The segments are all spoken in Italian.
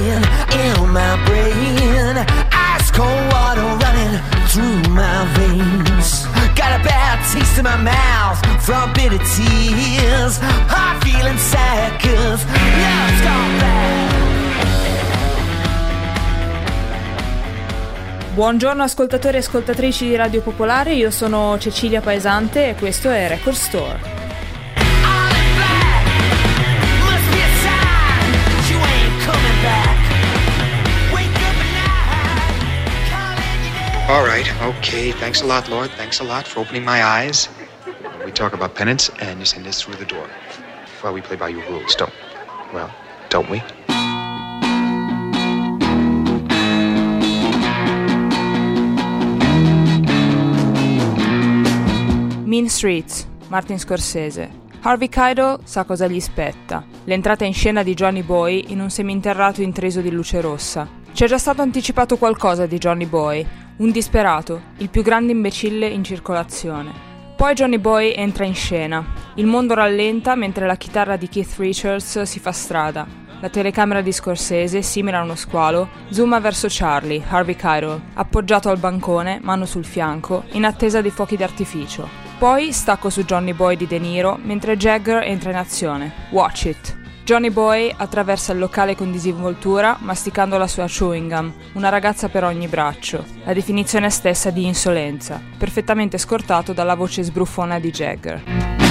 burning in my brain. Ice cold water running through my veins. Got a bad taste in my mouth from bitter tears. I'm feeling sad 'cause love's gone bad. Buongiorno ascoltatori e ascoltatrici di Radio Popolare, io sono Cecilia Paesante e questo è Record Store. All right, okay, thanks a lot, Lord. Thanks a lot for opening my eyes. We talk about penance and you send us through the door. Well, we play by your rules, don't we? Mean Streets, Martin Scorsese. Harvey Keitel sa cosa gli spetta. L'entrata in scena di Johnny Boy in un seminterrato intriso di luce rossa. C'è già stato anticipato qualcosa di Johnny Boy, un disperato, il più grande imbecille in circolazione. Poi Johnny Boy entra in scena. Il mondo rallenta mentre la chitarra di Keith Richards si fa strada. La telecamera di Scorsese, simile a uno squalo, zooma verso Charlie, Harvey Keitel, appoggiato al bancone, mano sul fianco, in attesa di fuochi d'artificio. Poi stacco su Johnny Boy di De Niro mentre Jagger entra in azione. Watch it. Johnny Boy attraversa il locale con disinvoltura, masticando la sua chewing gum, una ragazza per ogni braccio, la definizione stessa di insolenza, perfettamente scortato dalla voce sbruffona di Jagger.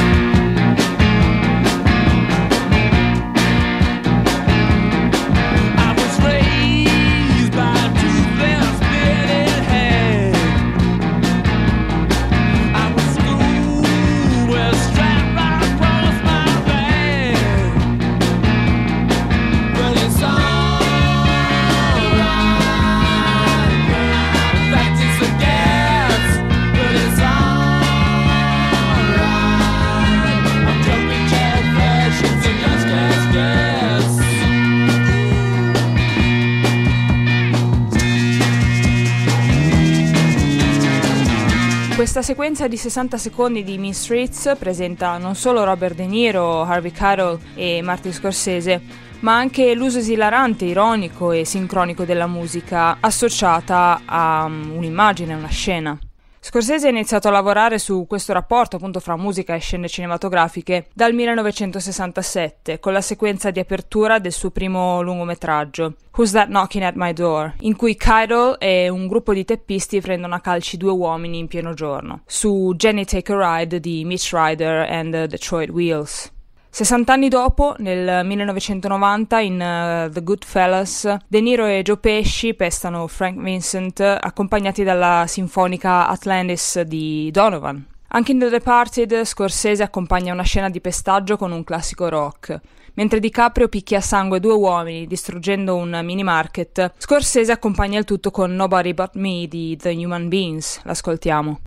Questa sequenza di 60 secondi di Mean Streets presenta non solo Robert De Niro, Harvey Keitel e Martin Scorsese, ma anche l'uso esilarante, ironico e sincronico della musica associata a un'immagine, una scena. Scorsese ha iniziato a lavorare su questo rapporto appunto fra musica e scene cinematografiche dal 1967 con la sequenza di apertura del suo primo lungometraggio Who's That Knocking at My Door, in cui Keitel e un gruppo di teppisti prendono a calci due uomini in pieno giorno, su Jenny Take a Ride di Mitch Ryder and the Detroit Wheels. 60 anni dopo, nel 1990, in The Goodfellas, De Niro e Joe Pesci pestano Frank Vincent accompagnati dalla sinfonica Atlantis di Donovan. Anche in The Departed, Scorsese accompagna una scena di pestaggio con un classico rock. Mentre DiCaprio picchia a sangue due uomini distruggendo un mini market, Scorsese accompagna il tutto con Nobody But Me di The Human Beings. L'ascoltiamo.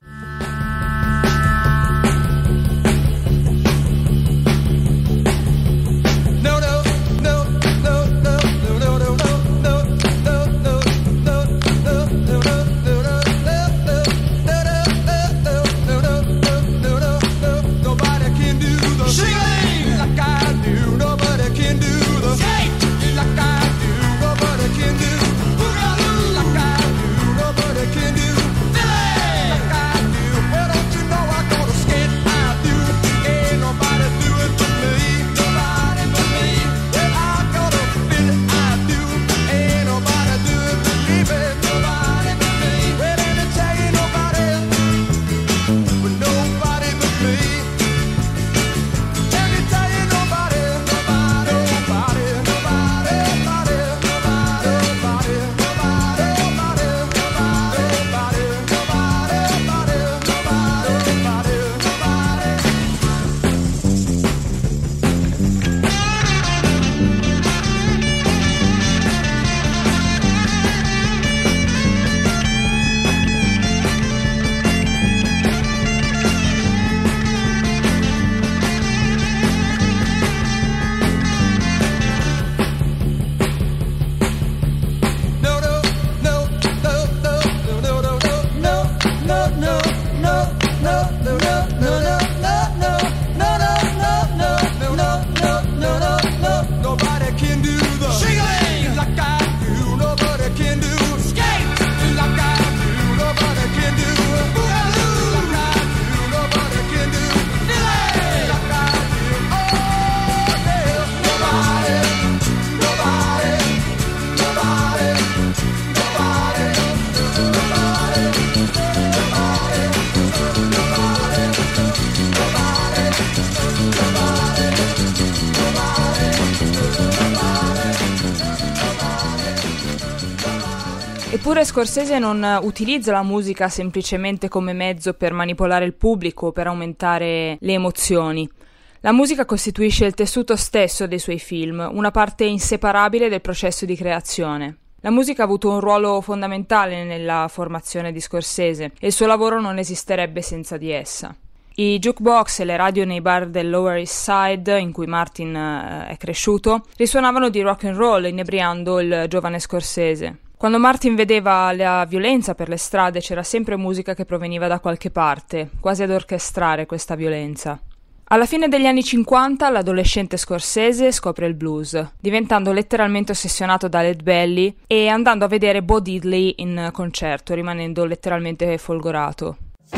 Eppure Scorsese non utilizza la musica semplicemente come mezzo per manipolare il pubblico o per aumentare le emozioni. La musica costituisce il tessuto stesso dei suoi film, una parte inseparabile del processo di creazione. La musica ha avuto un ruolo fondamentale nella formazione di Scorsese e il suo lavoro non esisterebbe senza di essa. I jukebox e le radio nei bar del Lower East Side, in cui Martin è cresciuto, risuonavano di rock and roll, inebriando il giovane Scorsese. Quando Martin vedeva la violenza per le strade c'era sempre musica che proveniva da qualche parte, quasi ad orchestrare questa violenza. Alla fine degli anni 50 l'adolescente Scorsese scopre il blues, diventando letteralmente ossessionato da Lead Belly e andando a vedere Bo Diddley in concerto, rimanendo letteralmente folgorato.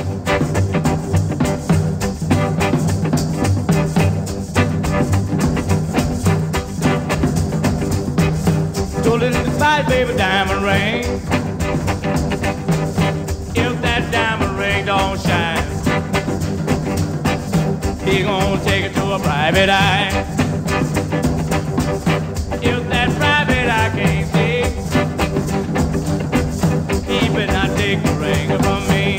Baby, diamond ring. If that diamond ring don't shine, he gonna take it to a private eye. If that private eye can't see, he better not take the ring from me.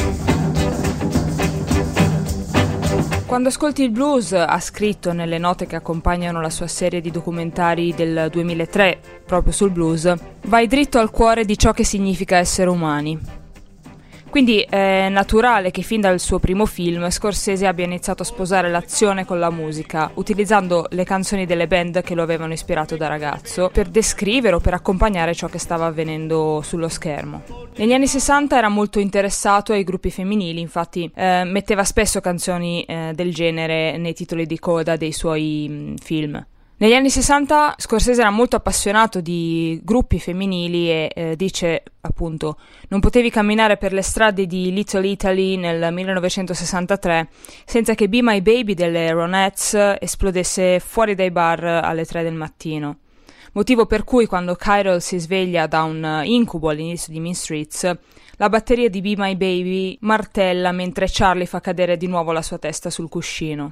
Quando ascolti il blues, ha scritto nelle note che accompagnano la sua serie di documentari del 2003 proprio sul blues, vai dritto al cuore di ciò che significa essere umani. Quindi è naturale che fin dal suo primo film Scorsese abbia iniziato a sposare l'azione con la musica, utilizzando le canzoni delle band che lo avevano ispirato da ragazzo per descrivere o per accompagnare ciò che stava avvenendo sullo schermo. Negli anni 60 era molto interessato ai gruppi femminili, infatti metteva spesso canzoni del genere nei titoli di coda dei suoi film. Negli anni 60 Scorsese era molto appassionato di gruppi femminili e dice appunto: non potevi camminare per le strade di Little Italy nel 1963 senza che Be My Baby delle Ronettes esplodesse fuori dai bar alle 3 del mattino. Motivo per cui quando Kyril si sveglia da un incubo all'inizio di Mean Streets, la batteria di Be My Baby martella mentre Charlie fa cadere di nuovo la sua testa sul cuscino.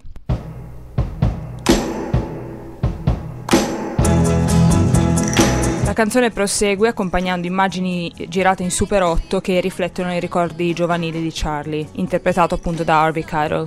La canzone prosegue accompagnando immagini girate in Super 8 che riflettono i ricordi giovanili di Charlie, interpretato appunto da Harvey Keitel.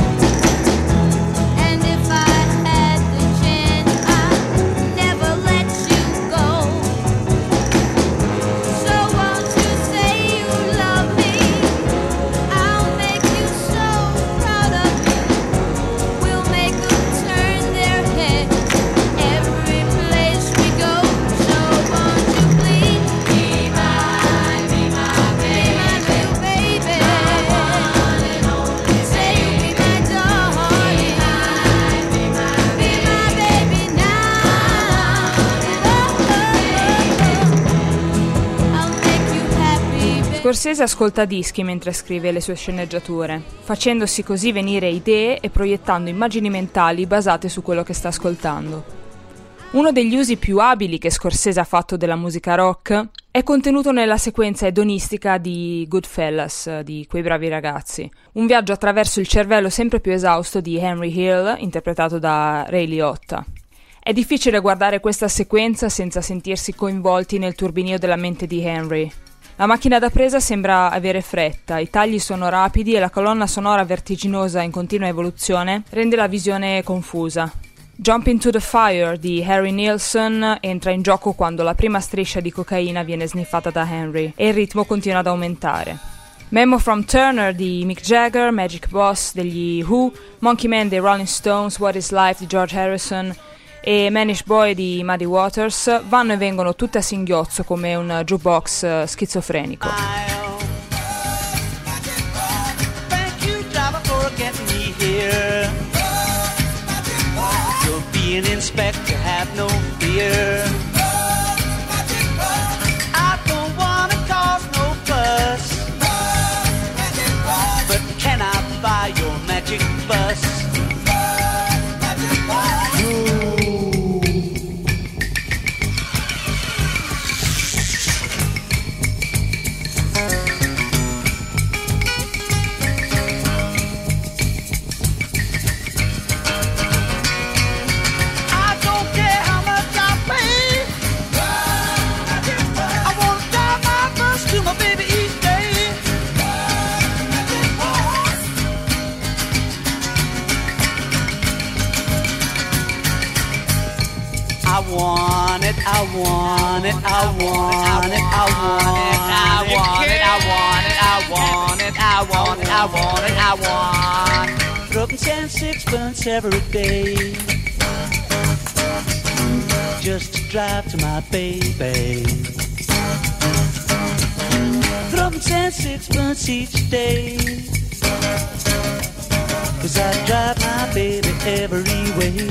Scorsese ascolta dischi mentre scrive le sue sceneggiature, facendosi così venire idee e proiettando immagini mentali basate su quello che sta ascoltando. Uno degli usi più abili che Scorsese ha fatto della musica rock è contenuto nella sequenza edonistica di Goodfellas, di Quei bravi ragazzi, un viaggio attraverso il cervello sempre più esausto di Henry Hill, interpretato da Ray Liotta. È difficile guardare questa sequenza senza sentirsi coinvolti nel turbinio della mente di Henry. La macchina da presa sembra avere fretta, i tagli sono rapidi e la colonna sonora vertiginosa in continua evoluzione rende la visione confusa. Jump into the Fire di Harry Nilsson entra in gioco quando la prima striscia di cocaina viene sniffata da Henry e il ritmo continua ad aumentare. Memo from Turner di Mick Jagger, Magic Boss degli Who, Monkey Man dei Rolling Stones, What is Life di George Harrison e Manish Boy di Muddy Waters vanno e vengono tutte a singhiozzo come un jukebox schizofrenico. Thank you, driver, for getting me here. You'll be an inspector, have no fear. I don't wanna cause no fuss, but can I buy your magic bus? I don't care how much I pay. want it, I want it, I want it, I want it, I want it, I want it, I want it, I want it, I want it, I want. Dropping 10 sixpence every day, just to drive to my baby. Dropping 10 sixpence each day, 'cause I drive my baby every way.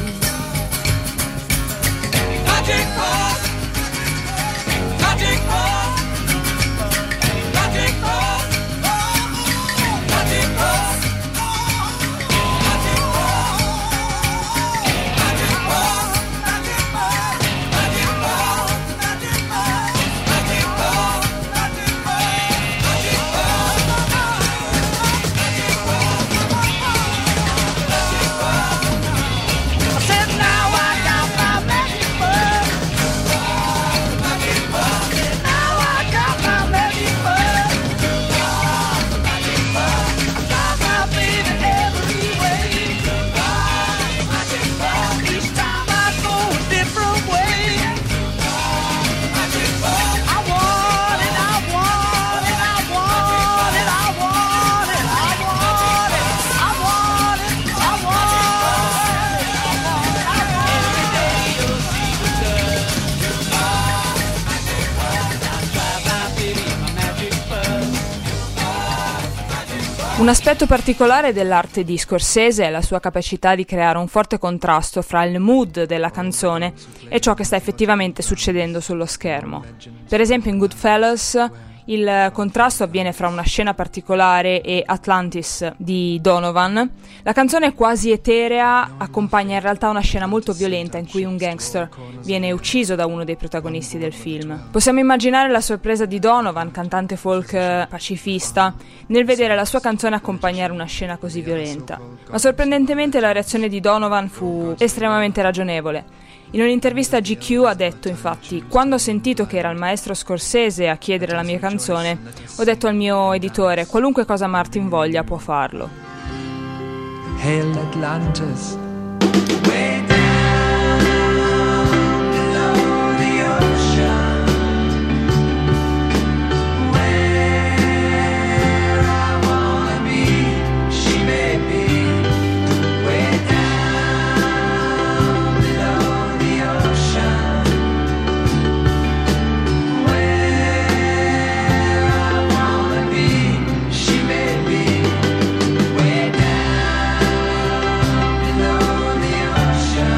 Magic ball, magic ball, magic ball, magic ball, magic ball, magic ball, magic ball, magic ball, magic ball, magic ball, magic ball. I said now I got my magic ball. Un aspetto particolare dell'arte di Scorsese è la sua capacità di creare un forte contrasto fra il mood della canzone e ciò che sta effettivamente succedendo sullo schermo. Per esempio in Goodfellas il contrasto avviene fra una scena particolare e Atlantis di Donovan. La canzone quasi eterea accompagna in realtà una scena molto violenta in cui un gangster viene ucciso da uno dei protagonisti del film. Possiamo immaginare la sorpresa di Donovan, cantante folk pacifista, nel vedere la sua canzone accompagnare una scena così violenta. Ma sorprendentemente la reazione di Donovan fu estremamente ragionevole. In un'intervista a GQ ha detto infatti: quando ho sentito che era il maestro Scorsese a chiedere la mia canzone, ho detto al mio editore: qualunque cosa Martin voglia può farlo. Hail Atlantis. Way down below the ocean.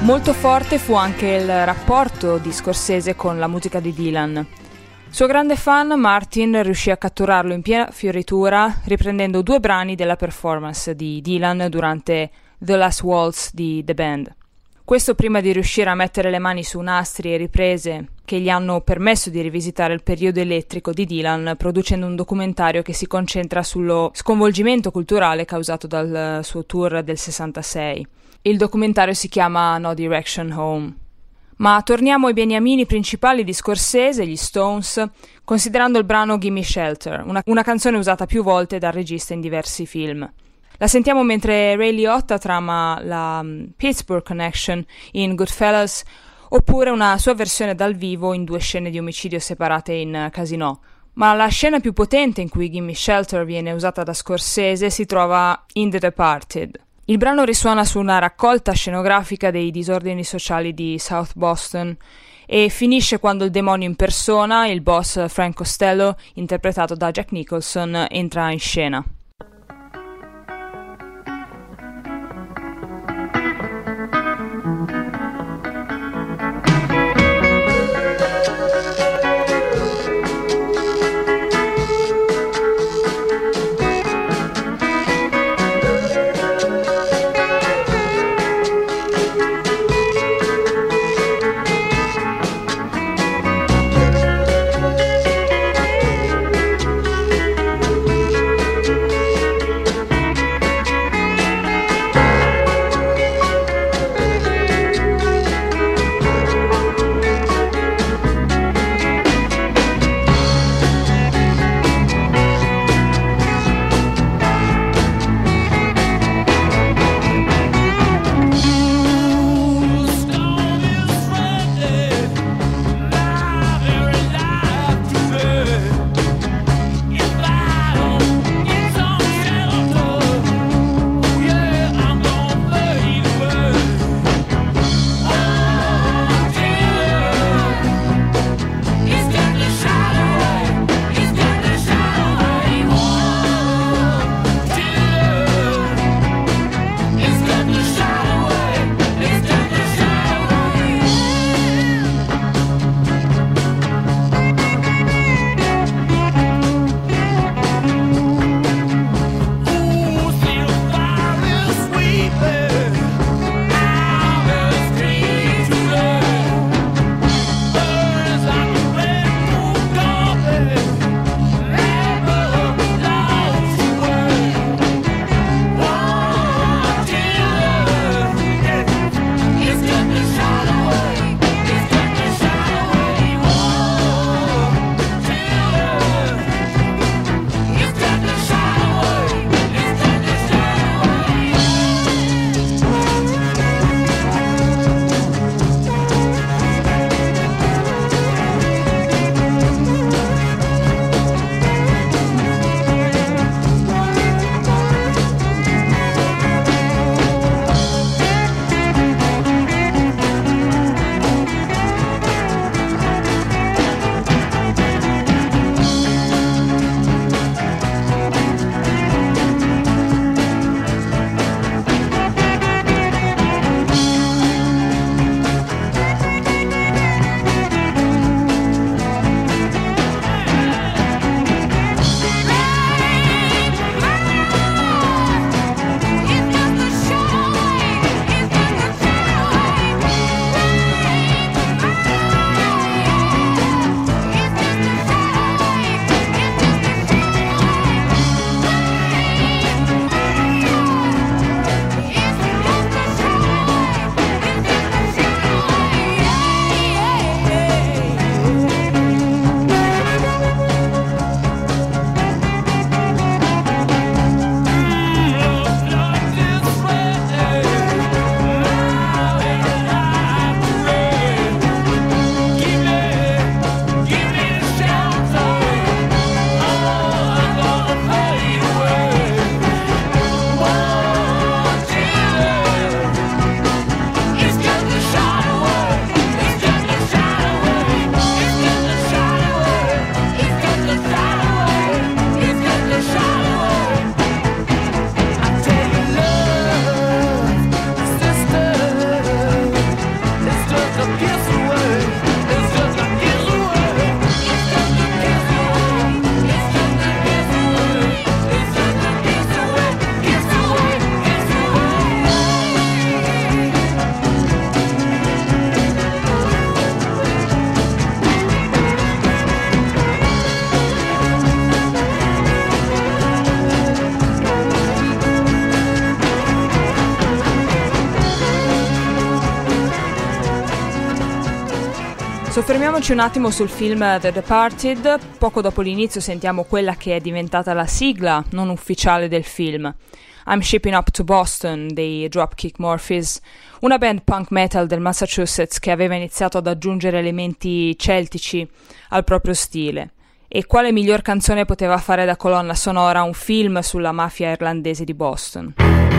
Molto forte fu anche il rapporto di Scorsese con la musica di Dylan. Suo grande fan, Martin riuscì a catturarlo in piena fioritura riprendendo 2 brani della performance di Dylan durante The Last Waltz di The Band. Questo prima di riuscire a mettere le mani su nastri e riprese che gli hanno permesso di rivisitare il periodo elettrico di Dylan, producendo un documentario che si concentra sullo sconvolgimento culturale causato dal suo tour del 66. Il documentario si chiama No Direction Home. Ma torniamo ai beniamini principali di Scorsese, gli Stones, considerando il brano Gimme Shelter, una canzone usata più volte dal regista in diversi film. La sentiamo mentre Ray Liotta trama la Pittsburgh Connection in Goodfellas, oppure una sua versione dal vivo in 2 scene di omicidio separate in Casino. Ma la scena più potente in cui Gimme Shelter viene usata da Scorsese si trova in The Departed. Il brano risuona su una raccolta scenografica dei disordini sociali di South Boston e finisce quando il demonio in persona, il boss Frank Costello, interpretato da Jack Nicholson, entra in scena. Soffermiamoci un attimo sul film The Departed. Poco dopo l'inizio sentiamo quella che è diventata la sigla non ufficiale del film. I'm Shipping Up to Boston dei Dropkick Murphys, una band punk metal del Massachusetts che aveva iniziato ad aggiungere elementi celtici al proprio stile. E quale miglior canzone poteva fare da colonna sonora un film sulla mafia irlandese di Boston?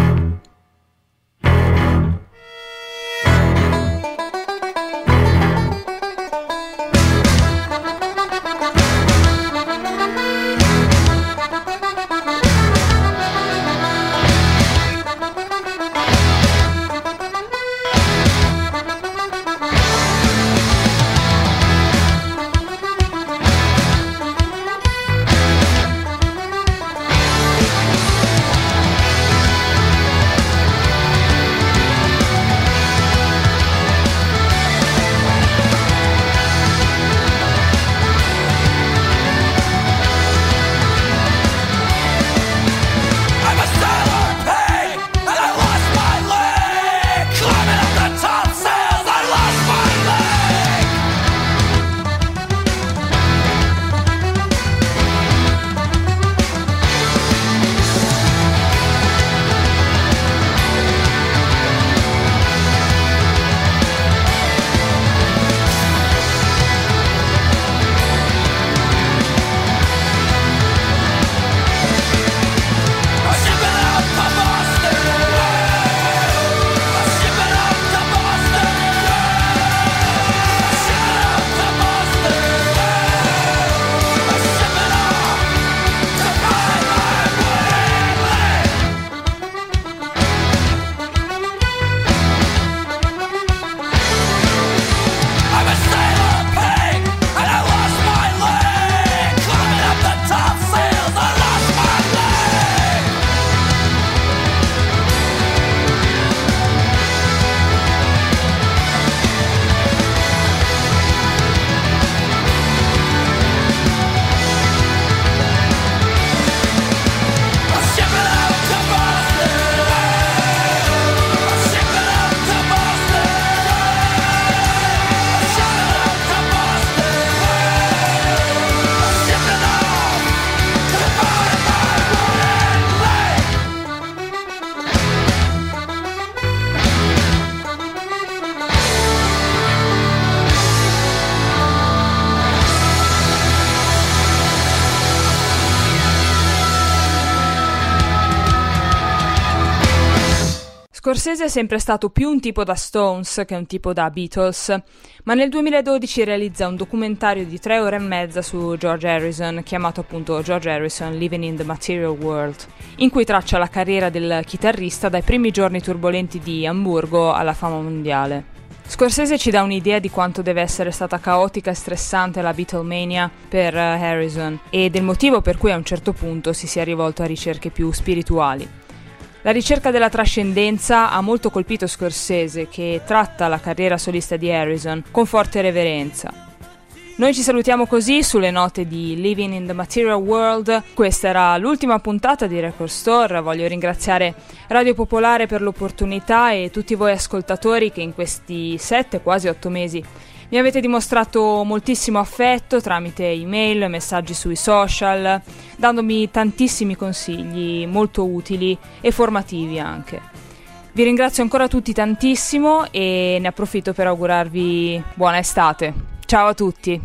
Scorsese è sempre stato più un tipo da Stones che un tipo da Beatles, ma nel 2012 realizza un documentario di 3 ore e mezza su George Harrison, chiamato appunto George Harrison Living in the Material World, in cui traccia la carriera del chitarrista dai primi giorni turbolenti di Amburgo alla fama mondiale. Scorsese ci dà un'idea di quanto deve essere stata caotica e stressante la Beatlemania per Harrison e del motivo per cui a un certo punto si sia rivolto a ricerche più spirituali. La ricerca della trascendenza ha molto colpito Scorsese, che tratta la carriera solista di Harrison con forte reverenza. Noi ci salutiamo così sulle note di Living in the Material World. Questa era l'ultima puntata di Record Store. Voglio ringraziare Radio Popolare per l'opportunità e tutti voi ascoltatori che in questi 7, quasi 8 mesi mi avete dimostrato moltissimo affetto tramite email, messaggi sui social, dandomi tantissimi consigli molto utili e formativi anche. Vi ringrazio ancora tutti tantissimo e ne approfitto per augurarvi buona estate. Ciao a tutti!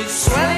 swell